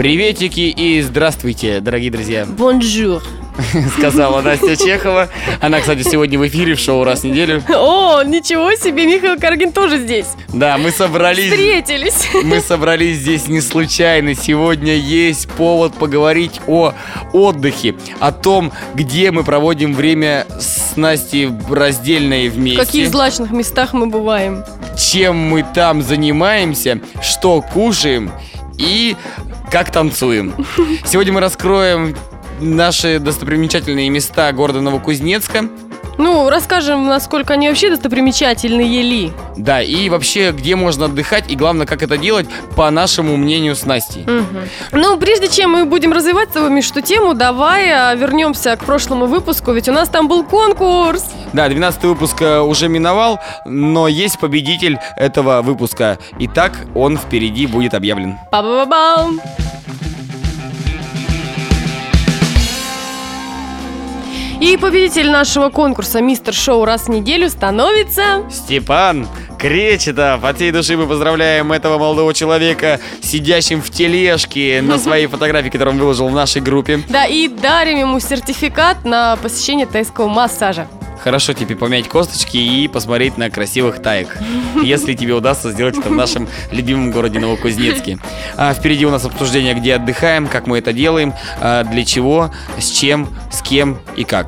Приветики и здравствуйте, дорогие друзья. Бонжур. Сказала Настя Чехова. Она, кстати, сегодня в эфире в шоу «Раз в неделю». О, ничего себе, Михаил Каргин тоже здесь. Да, мы собрались. Встретились. Мы собрались здесь не случайно. Сегодня есть повод поговорить о отдыхе, о том, где мы проводим время с Настей раздельно и вместе. В каких злачных местах мы бываем. Чем мы там занимаемся, что кушаем и как танцуем. Сегодня мы раскроем наши достопримечательные места города Новокузнецка. Ну, расскажем, насколько они вообще достопримечательные ли. Да, и вообще, где можно отдыхать, и главное, как это делать, по нашему мнению с Настей. Угу. Ну, прежде чем мы будем развивать с вами эту тему, давай вернемся к прошлому выпуску, ведь у нас там был конкурс. Да, 12-й выпуск уже миновал, но есть победитель этого выпуска. Итак, он впереди будет объявлен. Па-ба-ба-бам! И победитель нашего конкурса «Мистер Шоу раз в неделю» становится... Степан Кречетов. От всей души мы поздравляем этого молодого человека, сидящим в тележке на своей фотографии, которую он выложил в нашей группе. Да, и дарим ему сертификат на посещение тайского массажа. Хорошо тебе помять косточки и посмотреть на красивых таек, если тебе удастся сделать это в нашем любимом городе Новокузнецке. Впереди у нас обсуждение, где отдыхаем, как мы это делаем, для чего, с чем, с кем и как.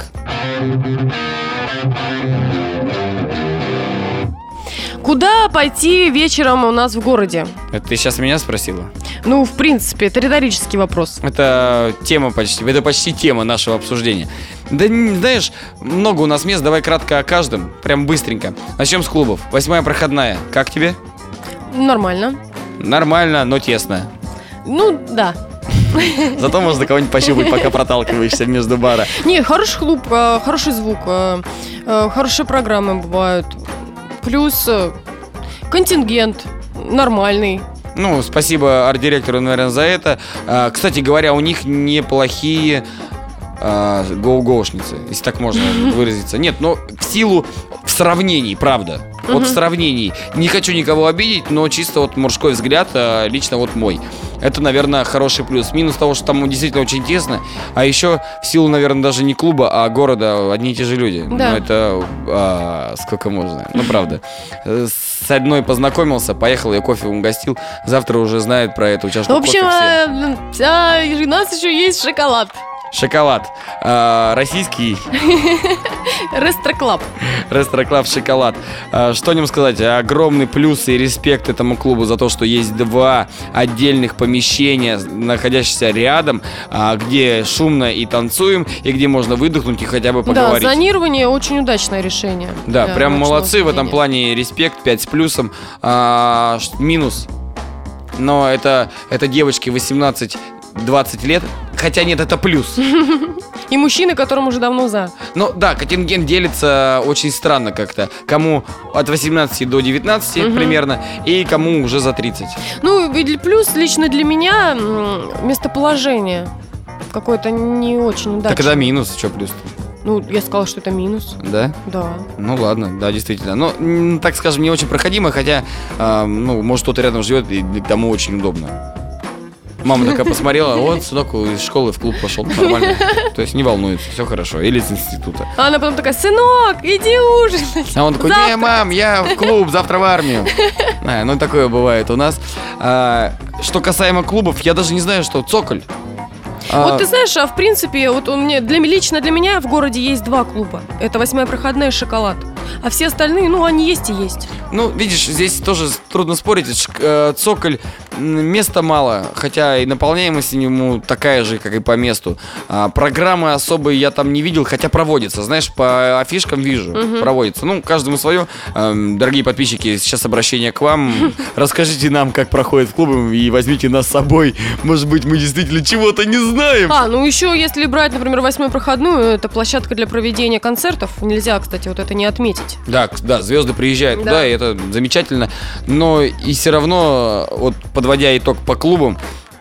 Куда пойти вечером у нас в городе? Это ты сейчас меня спросила? Ну, в принципе, это риторический вопрос. Это почти тема нашего обсуждения. Да, знаешь, много у нас мест, давай кратко о каждом, прям быстренько. Начнем с клубов. 8-я проходная, как тебе? Нормально. Нормально, но тесно. Ну, да. Зато можно кого-нибудь пощупать, пока проталкиваешься между бара. Не, хороший клуб, хороший звук, хорошие программы бывают. Плюс контингент нормальный. Ну, спасибо арт-директору, наверное, за это. Кстати говоря, у них неплохие гоу-гоушницы, если так можно выразиться. Нет, но в сравнении, правда. Вот в сравнении. Не хочу никого обидеть, но чисто вот мужской взгляд, лично вот мой. Это, наверное, хороший плюс. Минус того, что там действительно очень тесно. А еще в силу, наверное, даже не клуба, а города одни и те же люди. Да. Ну, это сколько можно. Ну, правда. С одной познакомился, поехал, я кофе угостил. Завтра уже знает про эту чашку кофе все. В общем, у нас еще есть шоколад. Шоколад. Российский. Ретро-клаб. Ретро-клаб шоколад. Что о нем сказать? Огромный плюс и респект этому клубу за то, что есть 2 отдельных помещения, находящихся рядом, где шумно и танцуем, и где можно выдохнуть и хотя бы поговорить. Да, зонирование очень удачное решение. Да, прям молодцы в этом плане. Респект, 5 с плюсом. Минус. Но это девочки 18-20 лет. Хотя нет, это плюс. И мужчины, которым уже давно за. Ну да, контингент делится очень странно как-то. Кому от 18 до 19 примерно, и кому уже за 30. Ну, и плюс лично для меня местоположение какое-то не очень удачное. Так это минус, что плюс-то? Ну, я сказала, что это минус. Да? Да. Ну ладно, да, действительно. Но, так скажем, не очень проходимо, хотя, может, кто-то рядом живет, и тому очень удобно. Мама такая посмотрела, вот сынок из школы в клуб пошел, нормально. То есть не волнуется, все хорошо. Или с института. А она потом такая: сынок, иди ужинать. А он такой: не, мам, я в клуб, завтра в армию. Ну такое бывает у нас. Что касаемо клубов, я даже не знаю, что «Цоколь». Вот ты знаешь, в принципе, вот лично для меня в городе есть 2 клуба. Это 8-я проходная и «Шоколад». А все остальные, они есть и есть. Ну, видишь, здесь тоже трудно спорить. «Цоколь» места мало, хотя и наполняемость ему такая же, как и по месту. Программы особые я там не видел, хотя проводятся. Знаешь, по афишкам вижу, проводится. Ну, каждому свое. Дорогие подписчики, сейчас обращение к вам. Расскажите нам, как проходит в клубе, и возьмите нас с собой. Может быть, мы действительно чего-то не знаем. Еще если брать, например, 8-ю проходную, это площадка для проведения концертов. Нельзя, кстати, вот это не отметить. Да, звезды приезжают туда, и это замечательно. Но и все равно, вот подводя итог по клубам,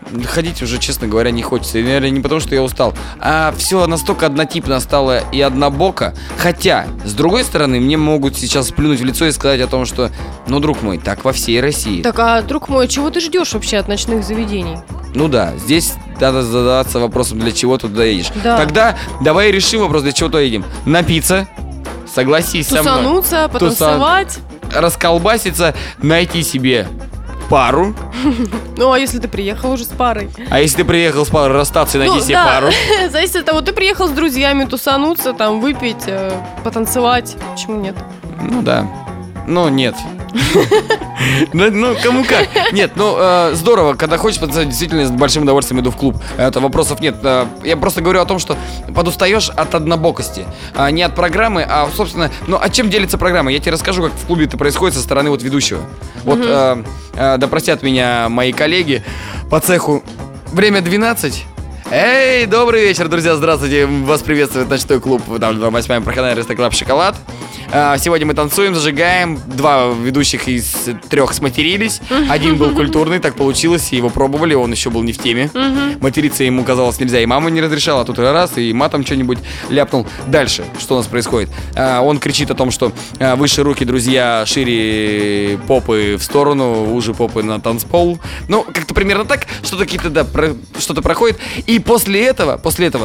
ходить уже, честно говоря, не хочется. И, наверное, не потому, что я устал, а все настолько однотипно стало и однобоко. Хотя, с другой стороны, мне могут сейчас плюнуть в лицо и сказать о том, что, ну, друг мой, так во всей России. Так, а, друг мой, чего ты ждешь вообще от ночных заведений? Ну да, здесь надо задаваться вопросом, для чего ты туда едешь. Да. Тогда давай решим вопрос, для чего туда едем. Напиться, согласись со мной. Тусануться, потанцевать. Расколбаситься, найти себе пару. Ну, а если ты приехал уже с парой? А если ты приехал с парой, расстаться и найти себе пару? Зависит от того, ты приехал с друзьями тусануться, там, выпить, потанцевать. Почему нет? Ну да. Ну нет. Ну, кому как. Нет, ну, здорово, когда хочешь потанцевать, действительно, с большим удовольствием иду в клуб. Это вопросов нет. Я просто говорю о том, что подустаешь от однобокости. Не от программы, а, собственно, ну, а чем делится программа? Я тебе расскажу, как в клубе это происходит со стороны вот ведущего. Вот, да простят меня мои коллеги по цеху. Время 12. Эй, добрый вечер, друзья, здравствуйте. Вас приветствует ночной клуб, там 8-я проходная Рестоклаб «Шоколад». Сегодня мы танцуем, зажигаем. 2 ведущих из 3 сматерились. Один был культурный, так получилось, его пробовали, он еще был не в теме. Материться ему казалось нельзя, и мама не разрешала, а тут раз, и матом что-нибудь ляпнул. Дальше, что у нас происходит? Он кричит о том, что выше руки, друзья, шире попы в сторону, уже попы на танцпол. Ну, как-то примерно так, что-то какие-то, да, что-то проходит. И после этого,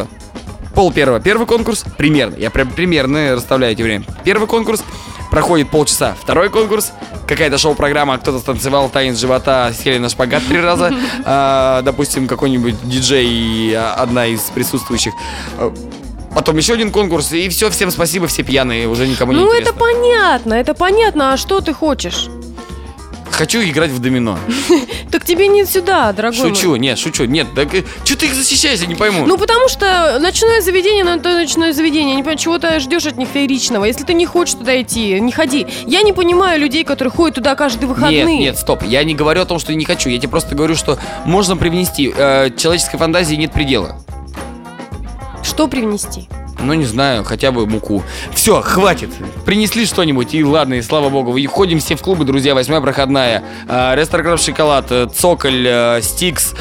первый конкурс, примерно, я прям примерно расставляю эти время. Первый конкурс, проходит полчаса. Второй конкурс, какая-то шоу-программа, кто-то станцевал танец живота, сели на шпагат 3 раза, допустим, какой-нибудь диджей, одна из присутствующих. Потом еще один конкурс, и все, всем спасибо, все пьяные, уже никому не интересно. Ну, это понятно, а что ты хочешь? Хочу играть в домино. Так тебе не сюда, дорогой Шучу, мой. нет, так что ты их защищаешь, я не пойму. Ну, потому что ночное заведение, ну, это ночное заведение. Не понимаю, чего ты ждешь от них фееричного. Если ты не хочешь туда идти, не ходи. Я не понимаю людей, которые ходят туда каждые выходные. Нет, стоп, я не говорю о том, что я не хочу. Я тебе просто говорю, что можно привнести. Человеческой фантазии нет предела. Что привнести? Ну, не знаю, хотя бы муку. Все, хватит. Принесли что-нибудь, и ладно, и слава богу. И ходим все в клубы, друзья, 8-я проходная. Рестоклаб «Шоколад», «Цоколь», «Стикс»,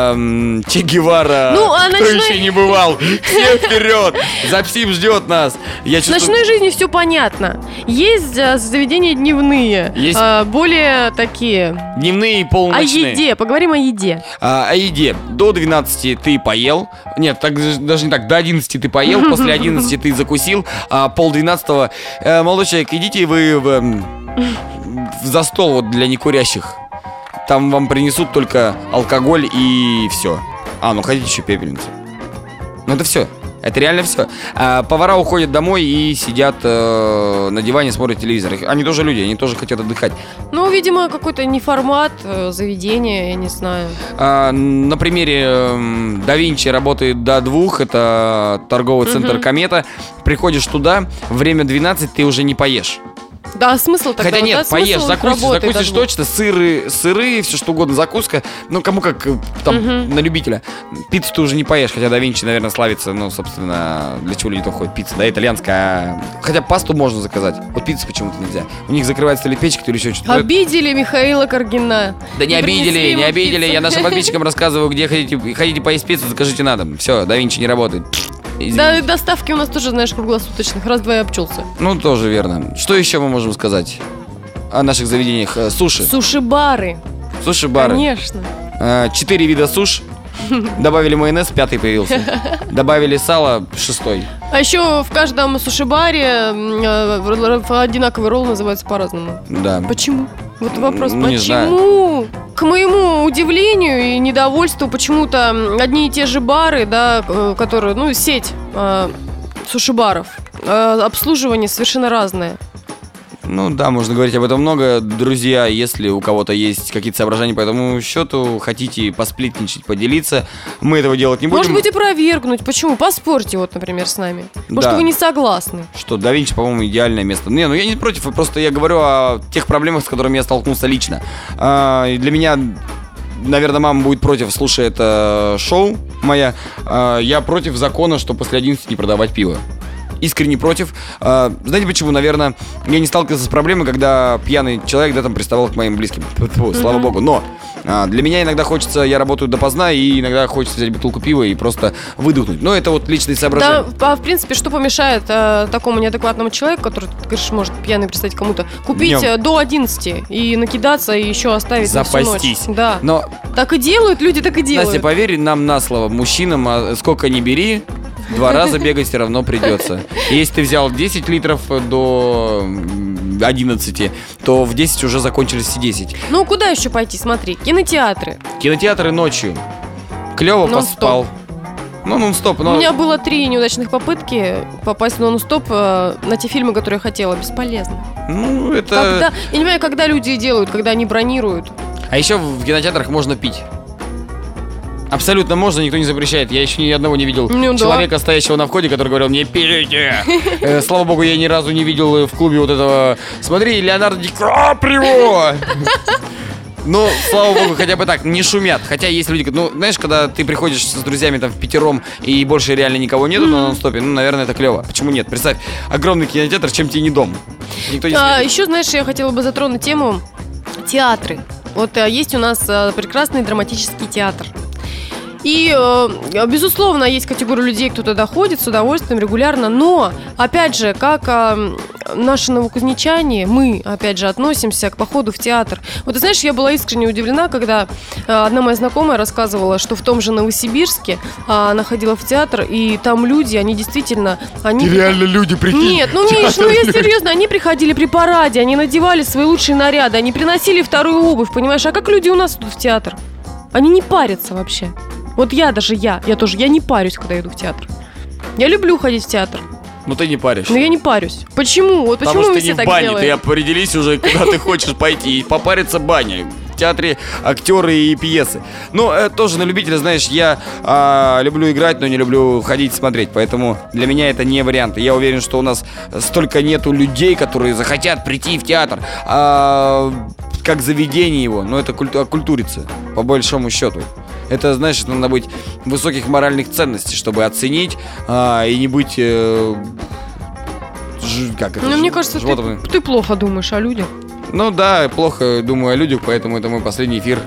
«Че Гевара». Ну, а кто еще не бывал? Все вперед! Запсим ждет нас. В ночной жизни все понятно. Есть заведения дневные, Есть более такие... дневные и полуночные. О еде, поговорим о еде. О еде. До 12 ты поел. Нет, так, даже не так, до 11 ты поел, после 11 ты закусил, а 11:30, молодой человек, идите вы за стол вот для некурящих. Там вам принесут только алкоголь и все. Ну хотите еще пепельницу. Ну это все. Это реально все. Повара уходят домой и сидят на диване, смотрят телевизор. Они тоже люди, они тоже хотят отдыхать. Ну, видимо, какой-то неформат заведения, я не знаю. На примере Да Винчи работает до 2, это торговый центр «Комета». Приходишь туда, время 12, ты уже не поешь. Да, смысл тогда. Хотя нет, да, поешь, закусишь точно, сыры, все что угодно, закуска. Ну, кому как, там, на любителя. Пиццу ты уже не поешь, хотя Да Винчи, наверное, славится, ну, собственно, для чего люди там ходят, пицца, да, итальянская. Хотя пасту можно заказать, вот пиццу почему-то нельзя. У них закрывается ли печка, или еще что-то. Обидели Михаила Каргина. Да не обидели, я нашим подписчикам рассказываю, где хотите поесть пиццу, закажите на дом. Все, Да Винчи не работает. Да, доставки у нас тоже, знаешь, круглосуточных. Раз-два и обчелся. Ну, тоже верно. Что еще мы можем сказать о наших заведениях? Суши. Суши-бары. Суши-бары. Конечно. 4 вида суш. Добавили майонез, 5-й появился. Добавили сало, 6-й. А еще в каждом суши-баре одинаковый ролл называется по-разному. Да. Почему? Вот вопрос, не почему? Знаю. К моему удивлению и недовольству, почему-то одни и те же бары, да, которые, ну, сеть суши-баров, обслуживание совершенно разное. Ну да, можно говорить об этом много. Друзья, если у кого-то есть какие-то соображения по этому счету, хотите посплетничать, поделиться, мы этого делать не будем. Может быть, опровергнуть. Почему? Поспорьте, вот, например, с нами. Может, да. вы не согласны. Что Да Винчи, по-моему, идеальное место. Не, ну я не против, просто я говорю о тех проблемах, с которыми я столкнулся лично. И для меня... Наверное, мама будет против, слушая это шоу моя. Я против закона, что после 11 не продавать пиво. искренне против. Знаете почему? Наверное, я не сталкивался с проблемой, когда пьяный человек, да, там, приставал к моим близким. Фу, слава богу. Но для меня иногда хочется, я работаю допоздна, и иногда хочется взять бутылку пива и просто выдохнуть. Но это вот личные соображения. Да, в принципе, что помешает такому неадекватному человеку, который, ты говоришь, может пьяный представить кому-то, купить до 11 и накидаться, и еще оставить на всю ночь. Да. Но так и делают, люди так и делают. Настя, поверь нам на слово, мужчинам сколько ни бери, 2 раза бегать все равно придется. И если ты взял 10 литров до 11, то в 10 уже закончились все 10. Ну, куда еще пойти? Смотри, кинотеатры. Кинотеатры ночью. Клево поспал. Ну, нон-стоп. Но... У меня было 3 неудачных попытки попасть в нон-стоп на те фильмы, которые я хотела. Бесполезно. Ну, это... Я не понимаю, когда люди делают, когда они бронируют. А еще в кинотеатрах можно пить. Абсолютно можно, никто не запрещает. Я еще ни одного не видел человека, стоящего на входе, который говорил: не пейте. Слава богу, я ни разу не видел в клубе вот этого. Смотри, Леонардо Ди Каприо. Ну, слава богу, хотя бы так, не шумят. Хотя есть люди, ну, знаешь, когда ты приходишь с друзьями там впятером и больше реально никого нету на нон-стопе, ну, наверное, это клево. Почему нет? Представь, огромный кинотеатр, чем тебе не дом. Никто не еще, знаешь, я хотела бы затронуть тему театры. Вот есть у нас прекрасный драматический театр. И, безусловно, есть категория людей, кто туда ходит с удовольствием, регулярно. Но, опять же, как наши новокузнечане, мы, опять же, относимся к походу в театр. Вот, ты знаешь, я была искренне удивлена, когда одна моя знакомая рассказывала, что в том же Новосибирске она ходила в театр, и там люди, они действительно... Реально люди, прикинь. Нет, ну, Миш, ну я серьезно, они приходили при параде, они надевали свои лучшие наряды, они приносили вторую обувь, понимаешь? А как люди у нас идут в театр? Они не парятся вообще. Вот я не парюсь, когда иду в театр. Я люблю ходить в театр. Но ты не паришься. Но я не парюсь. Почему? Вот почему мы все не так в бане, делаем? ты определись уже, куда ты хочешь пойти. И попариться баня. В театре актеры и пьесы. Ну, тоже на любителя, знаешь, я люблю играть, но не люблю ходить смотреть. Поэтому для меня это не вариант. Я уверен, что у нас столько нету людей, которые захотят прийти в театр. Как заведение его. Но это окультуриться, по большому счету. Это, знаешь, надо быть высоких моральных ценностей, чтобы оценить и не быть... мне кажется, ты плохо думаешь о людях. Ну да, плохо думаю о людях, поэтому это мой последний эфир.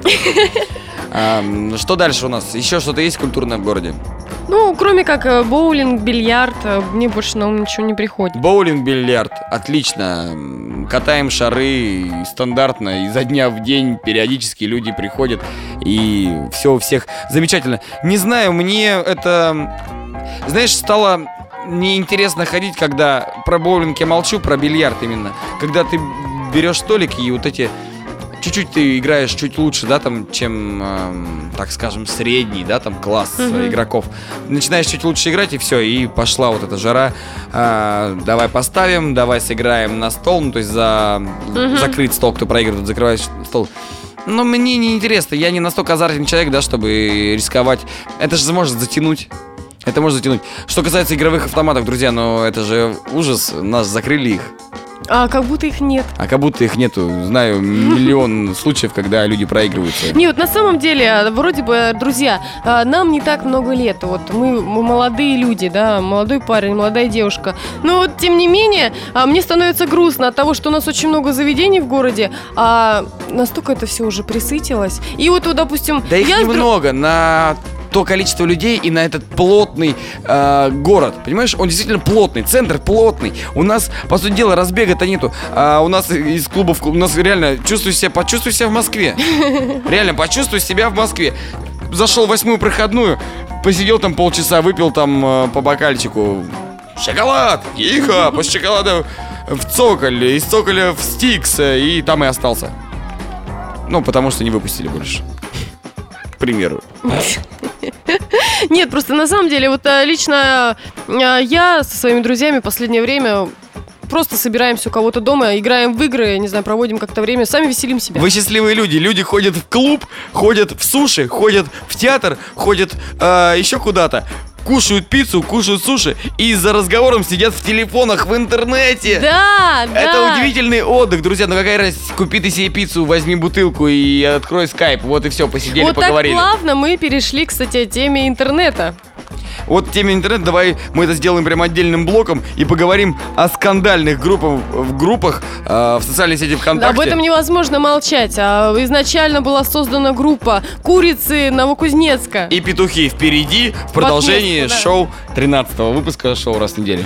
Что дальше у нас? Еще что-то есть культурное в городе? Ну, кроме как боулинг, бильярд, мне больше на ум ничего не приходит. Боулинг, бильярд, отлично. Катаем шары стандартно, изо дня в день периодически люди приходят, и все у всех замечательно. Не знаю, мне это, знаешь, стало неинтересно ходить, когда про боулинг я молчу, про бильярд именно. Когда ты берешь столик и вот эти... Чуть-чуть ты играешь чуть лучше, да, там, чем, так скажем, средний, да, там, класс игроков. Начинаешь чуть лучше играть, и все, и пошла вот эта жара. Давай поставим, давай сыграем на стол, ну, то есть закрыть стол, кто проигрывает, закрываешь стол. Но мне не интересно, я не настолько азартный человек, да, чтобы рисковать. Это же может затянуть. Это может затянуть. Что касается игровых автоматов, друзья, ну, это же ужас, нас закрыли их. А как будто их нет. А как будто их нету. Знаю миллион случаев, когда люди проигрываются. Нет, на самом деле, вроде бы, друзья, нам не так много лет. Вот мы молодые люди, да, молодой парень, молодая девушка. Но вот, тем не менее, мне становится грустно от того, что у нас очень много заведений в городе, а настолько это все уже присытилось. И вот, допустим... Да их немного, на... то количество людей и на этот плотный город. Понимаешь, он действительно плотный, центр плотный. У нас, по сути дела, разбега-то нету. У нас из клуба в клуб, у нас реально почувствуй себя в Москве. Реально, почувствуй себя в Москве. Зашел в 8-ю проходную, посидел там полчаса, выпил там по бокальчику. Шоколад! Тихо! После шоколада в Цоколь, из Цоколя в Стикс, и там и остался. Ну, потому что не выпустили больше. К примеру. Нет, просто на самом деле, вот лично я со своими друзьями в последнее время просто собираемся у кого-то дома, играем в игры, не знаю, проводим как-то время, сами веселим себя. Вы счастливые люди. Люди ходят в клуб, ходят в суши, ходят в театр, ходят еще куда-то. Кушают пиццу, кушают суши и за разговором сидят в телефонах в интернете. Да, да. Это удивительный отдых, друзья. Ну какая разница, купи ты себе пиццу, возьми бутылку и открой скайп. Вот и все, посидели, вот поговорили. Вот так плавно мы перешли, кстати, к теме интернета. Вот теме интернет, давай мы это сделаем прям отдельным блоком и поговорим о скандальных группах в социальной сети ВКонтакте. Об этом невозможно молчать. Изначально была создана группа «Курицы Новокузнецка». И петухи впереди в продолжении да. шоу 13-го выпуска шоу «Раз в неделю».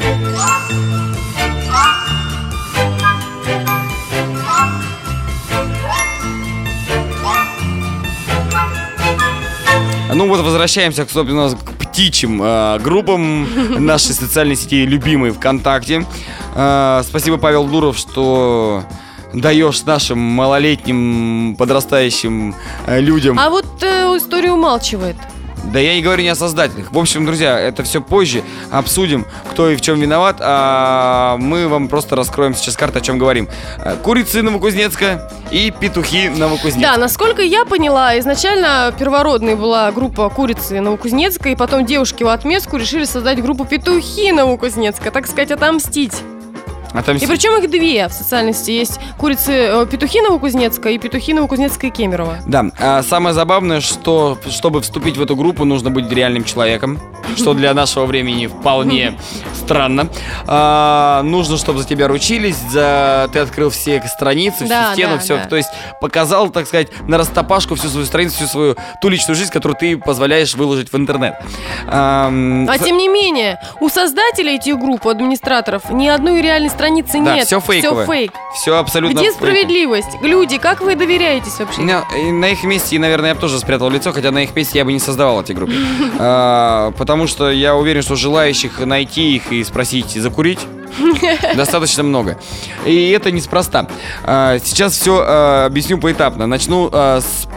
Ну вот возвращаемся, собственно, к птичьим группам нашей социальной сети любимой ВКонтакте. Спасибо, Павел Дуров, что даешь нашим малолетним подрастающим людям. А вот история умалчивает. Да я не говорю не о создателях. В общем, друзья, это все позже обсудим, кто и в чем виноват. А мы вам просто раскроем сейчас карты, о чем говорим. Курицы Новокузнецка и петухи Новокузнецка. Да, насколько я поняла, изначально первородной была группа «Курицы Новокузнецка», и потом девушки в отместку решили создать группу «Петухи Новокузнецка», так сказать, отомстить. И причем их две в социальной сети. Есть петухи Новокузнецка и петухи Новокузнецка и Кемерово. Да, а самое забавное, что чтобы вступить в эту группу, нужно быть реальным человеком, что для нашего времени вполне странно. Нужно, чтобы за тебя ручились, ты открыл все страницы, всю стену, все. То есть показал, так сказать, на растопашку всю свою страницу, всю свою ту личную жизнь, которую ты позволяешь выложить в интернет. Тем не менее, у создателей этих групп, у администраторов, ни одной реальной страницы нет. Все фейковое. Все фейк. Все абсолютно Где фейковое. справедливость? Люди, как вы доверяетесь вообще? На их месте, наверное, я бы тоже спрятал лицо, хотя на их месте я бы не создавал эти группы. Потому что я уверен, что желающих найти их и спросить закурить достаточно много. И это неспроста. Сейчас все объясню поэтапно. Начну с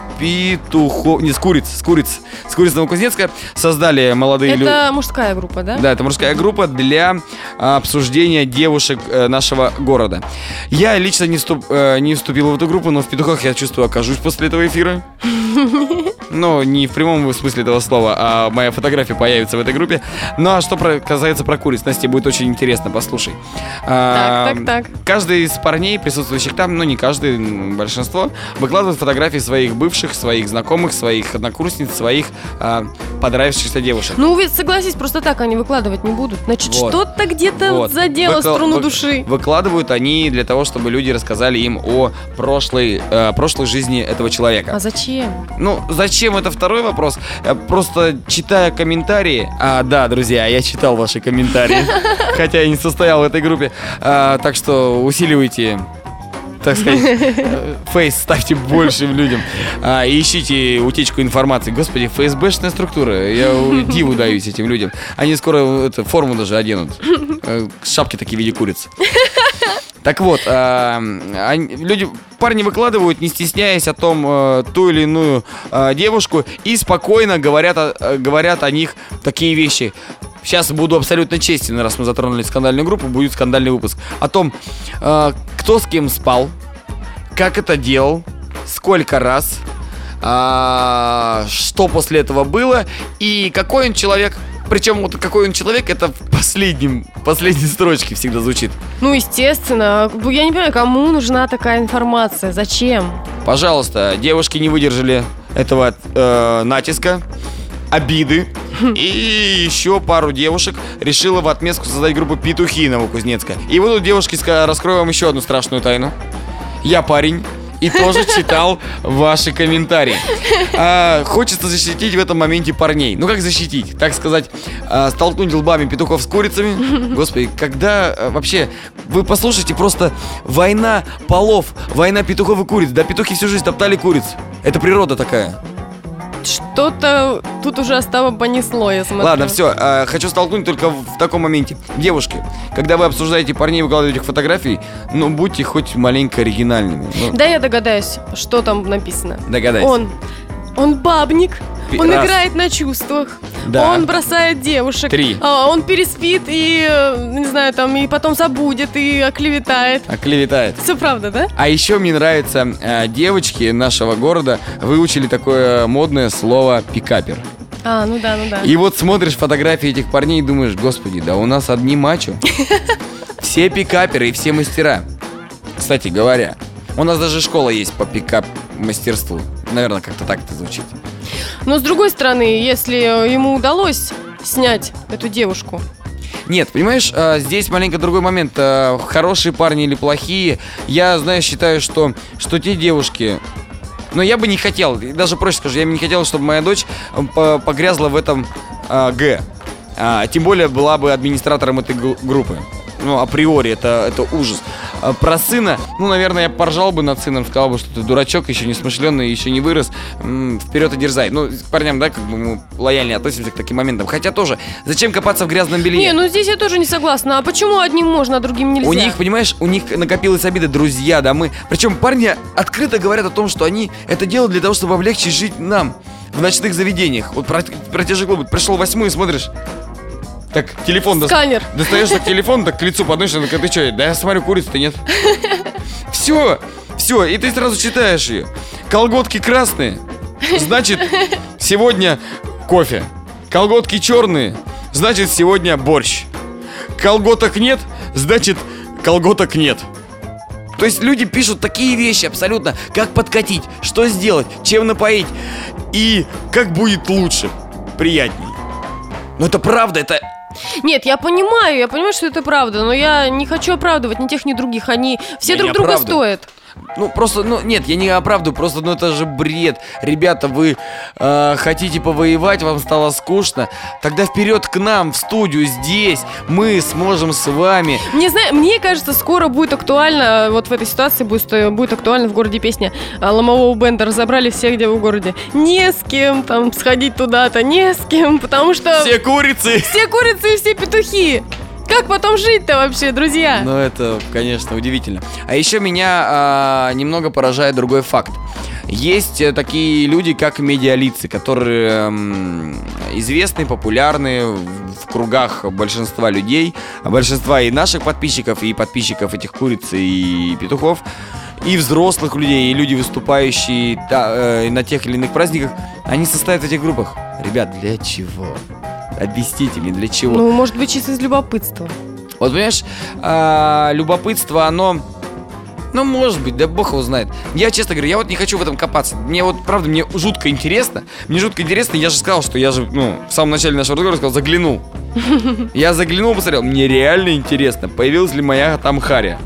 куриц Новокузнецка. Создали молодые люди. Это мужская группа, да? Да, это мужская группа для обсуждения девушек нашего города. Я лично не вступил в эту группу, но в петухах, я чувствую, окажусь после этого эфира. Ну, не в прямом смысле этого слова, а моя фотография появится в этой группе. Ну, а что касается про куриц, Настя, будет очень интересно, послушай. Так. Каждый из парней, присутствующих там, ну, не каждый, большинство, выкладывает фотографии своих бывших, своих знакомых, своих однокурсниц, своих понравившихся девушек. Ну, ведь согласись, просто так они выкладывать не будут. Значит, что-то где-то задело струну души. Выкладывают они для того, чтобы люди рассказали им о прошлой жизни этого человека. А зачем? Ну, зачем, это второй вопрос. Просто читая комментарии. Да, друзья, я читал ваши комментарии, хотя я не состоял в этой группе. Так что усиливайте, так сказать, фейс ставьте большим людям. И ищите утечку информации. Господи, ФСБшная структура. Я диву даюсь этим людям. Они скоро форму даже оденут. Шапки такие в виде куриц. Так вот, парни выкладывают, не стесняясь о том, ту или иную девушку, и спокойно говорят о них такие вещи. Сейчас буду абсолютно честен, раз мы затронули скандальную группу, будет скандальный выпуск. О том, кто с кем спал, как это делал, сколько раз, что после этого было и какой он человек. Причем вот какой он человек, это в последней строчке всегда звучит. Ну, естественно. Я не понимаю, кому нужна такая информация? Зачем? Пожалуйста, девушки не выдержали этого натиска, обиды. И еще пару девушек решила в отместку создать группу «Петухи Новокузнецка». И вот тут, девушки, раскрою вам еще одну страшную тайну. Я парень и тоже читал ваши комментарии. Хочется защитить в этом моменте парней. Ну как защитить? Так сказать, столкнуть лбами петухов с курицами. Господи, когда вообще... Вы послушайте, просто война полов, война петухов и куриц. Да, петухи всю жизнь топтали куриц. Это природа такая. Что-то тут уже Остапа понесло, я смотрю. Ладно, все, хочу столкнуть только в таком моменте. Девушки, когда вы обсуждаете парней и выкладываете их фотографии, ну, будьте хоть маленько оригинальными. Да, я догадаюсь, что там написано. Догадайся. Он бабник. Он играет на чувствах. Да. Он бросает девушек. 3. Он переспит и, не знаю, там, и потом забудет, и оклеветает. Все правда, да? А еще мне нравится, девочки нашего города выучили такое модное слово «пикапер». Ну да. И вот смотришь фотографии этих парней и думаешь: господи, да у нас одни мачо. Все пикаперы и все мастера. Кстати говоря, у нас даже школа есть по пикап-мастерству. Наверное, как-то так это звучит. Но с другой стороны, если ему удалось снять эту девушку. Нет, понимаешь, здесь маленько другой момент. Хорошие парни или плохие. Я, знаешь, считаю, что те девушки... Но я бы не хотел, даже проще скажу, я бы не хотел, чтобы моя дочь погрязла в этом Г. Тем более была бы администратором этой группы. Ну, априори, это ужас. Про сына, ну, наверное, я поржал бы над сыном, сказал бы, что ты дурачок, еще не смышленый, еще не вырос, вперед и дерзай. Ну, с парням, да, как бы мы лояльнее относимся к таким моментам. Хотя тоже, зачем копаться в грязном белье? Не, ну здесь я тоже не согласна. А почему одним можно, а другим нельзя? У них, понимаешь, у них накопилась обида, друзья, да, мы... Причем парни открыто говорят о том, что они это делают для того, чтобы облегчить жить нам в ночных заведениях. Вот про те же клубы. Пришел 8-й, смотришь... Так, телефон сканер. Достаешь так телефон, так к лицу подносишь, так, ты что, да я смотрю, курица-то нет. Все, и ты сразу читаешь ее. Колготки красные, значит, сегодня кофе. Колготки черные, значит, сегодня борщ. Колготок нет, значит, колготок нет. То есть люди пишут такие вещи абсолютно, как подкатить, что сделать, чем напоить и как будет лучше, приятней. Но это правда, это... Нет, я понимаю, что это правда, но я не хочу оправдывать ни тех, ни других. Они все друг друга стоят. Ну, просто, нет, я не оправдываю, просто, это же бред. Ребята, вы хотите повоевать, вам стало скучно? Тогда вперед к нам, в студию, здесь. Мы сможем с вами. Мне кажется, скоро будет актуально, вот в этой ситуации будет актуально в городе песня Ломового бенда. Разобрали все, где вы в городе. Не с кем там сходить туда-то, не с кем, потому что... Все курицы и все петухи. Как потом жить-то вообще, друзья? Ну, это, конечно, удивительно. А еще меня немного поражает другой факт. Есть такие люди, как медиалицы, которые известны, популярны в кругах большинства людей, большинства и наших подписчиков, и подписчиков этих куриц и петухов, и взрослых людей, и люди, выступающие на тех или иных праздниках. Они состоят в этих группах. Ребят, для чего? Объясните мне, для чего? Ну, может быть, чисто из любопытства. Вот, понимаешь, любопытство, оно... Ну, может быть, да бог его знает. Я, честно говоря, я вот не хочу в этом копаться. Мне вот, правда, мне жутко интересно. Я же сказал, что я же, в самом начале нашего разговора сказал, заглянул. Я заглянул, посмотрел, мне реально интересно, появилась ли моя там Харя.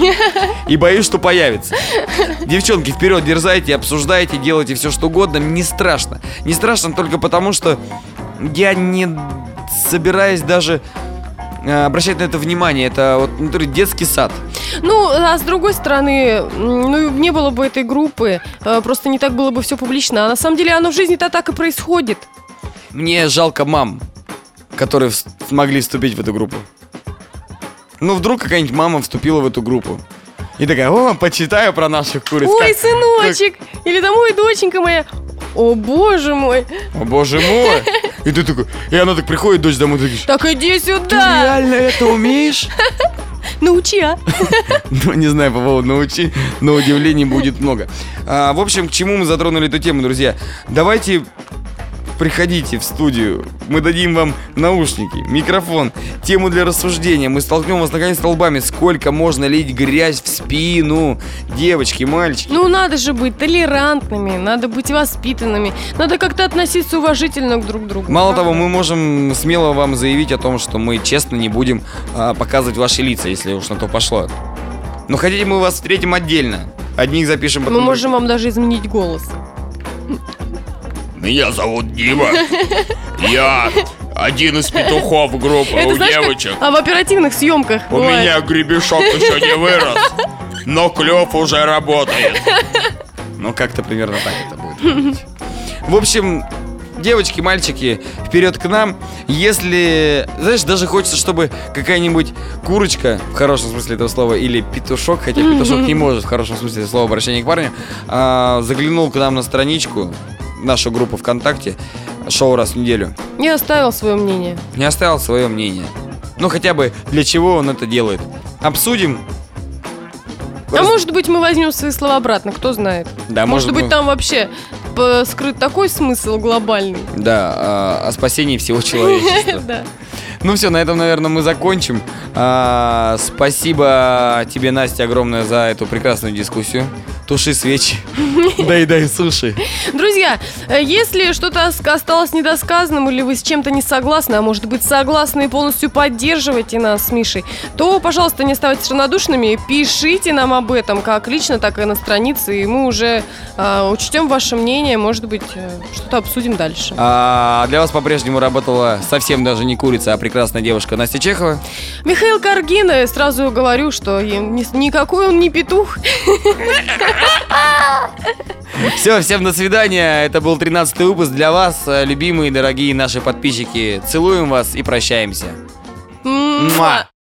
И боюсь, что появится. Девчонки, вперед, дерзайте, обсуждайте, делайте все, что угодно. Не страшно. Не страшно только потому, что я не собираюсь даже обращать на это внимание. Это вот детский сад. Ну, а с другой стороны, не было бы этой группы, просто не так было бы все публично. А на самом деле оно в жизни-то так и происходит. Мне жалко мам, которые смогли вступить в эту группу. Ну, вдруг какая-нибудь мама вступила в эту группу и такая: почитаю про наших куриц. Ой, сыночек, или там, ой, доченька моя. О, боже мой. О, боже мой. И ты такой, и она так приходит, дочь домой, такая: так иди сюда. Ты реально это умеешь? Научи, а? Ну, не знаю, по поводу научи, но удивлений будет много. В общем, к чему мы затронули эту тему, друзья? Давайте приходите в студию, мы дадим вам наушники, микрофон, тему для рассуждения. Мы столкнем вас наконец-то лбами. Сколько можно лить грязь в спину, девочки, мальчики? Ну, надо же быть толерантными, надо быть воспитанными, надо как-то относиться уважительно друг к другу. Мало того, мы можем смело вам заявить о том, что мы честно не будем показывать ваши лица, если уж на то пошло. Но хотите, мы вас встретим отдельно. Одних запишем, потом... Мы можем вам даже изменить голос. Меня зовут Дима. Я один из петухов группы у девочек. А в оперативных съемках у меня гребешок еще не вырос, но клев уже работает. Ну, как-то примерно так это будет выглядеть. В общем, девочки, мальчики, вперед к нам. Если, знаешь, даже хочется, чтобы какая-нибудь курочка, в хорошем смысле этого слова, или петушок, хотя петушок не может в хорошем смысле этого слова обращения к парню, заглянул к нам на страничку, нашу группу ВКонтакте, шоу раз в неделю. Не оставил свое мнение. Ну, хотя бы для чего он это делает. Обсудим. А может быть, мы возьмем свои слова обратно, кто знает. Да, может быть, там вообще скрыт такой смысл глобальный. Да, о спасении всего человечества. Да. Ну все, на этом, наверное, мы закончим. Спасибо тебе, Настя, огромное за эту прекрасную дискуссию. Туши свечи. Дай суши. Друзья, если что-то осталось недосказанным, или вы с чем-то не согласны, а может быть согласны и полностью поддерживаете нас с Мишей, то, пожалуйста, не оставайтесь равнодушными, пишите нам об этом, как лично, так и на странице, и мы уже учтем ваше мнение, может быть, что-то обсудим дальше. А для вас по-прежнему работала совсем даже не курица, а прекрасная девушка Настя Чехова. Михаил Каргин, сразу говорю, что никакой он не петух. Все, всем до свидания. Это был 13-й выпуск для вас, любимые, дорогие наши подписчики. Целуем вас и прощаемся. Муа.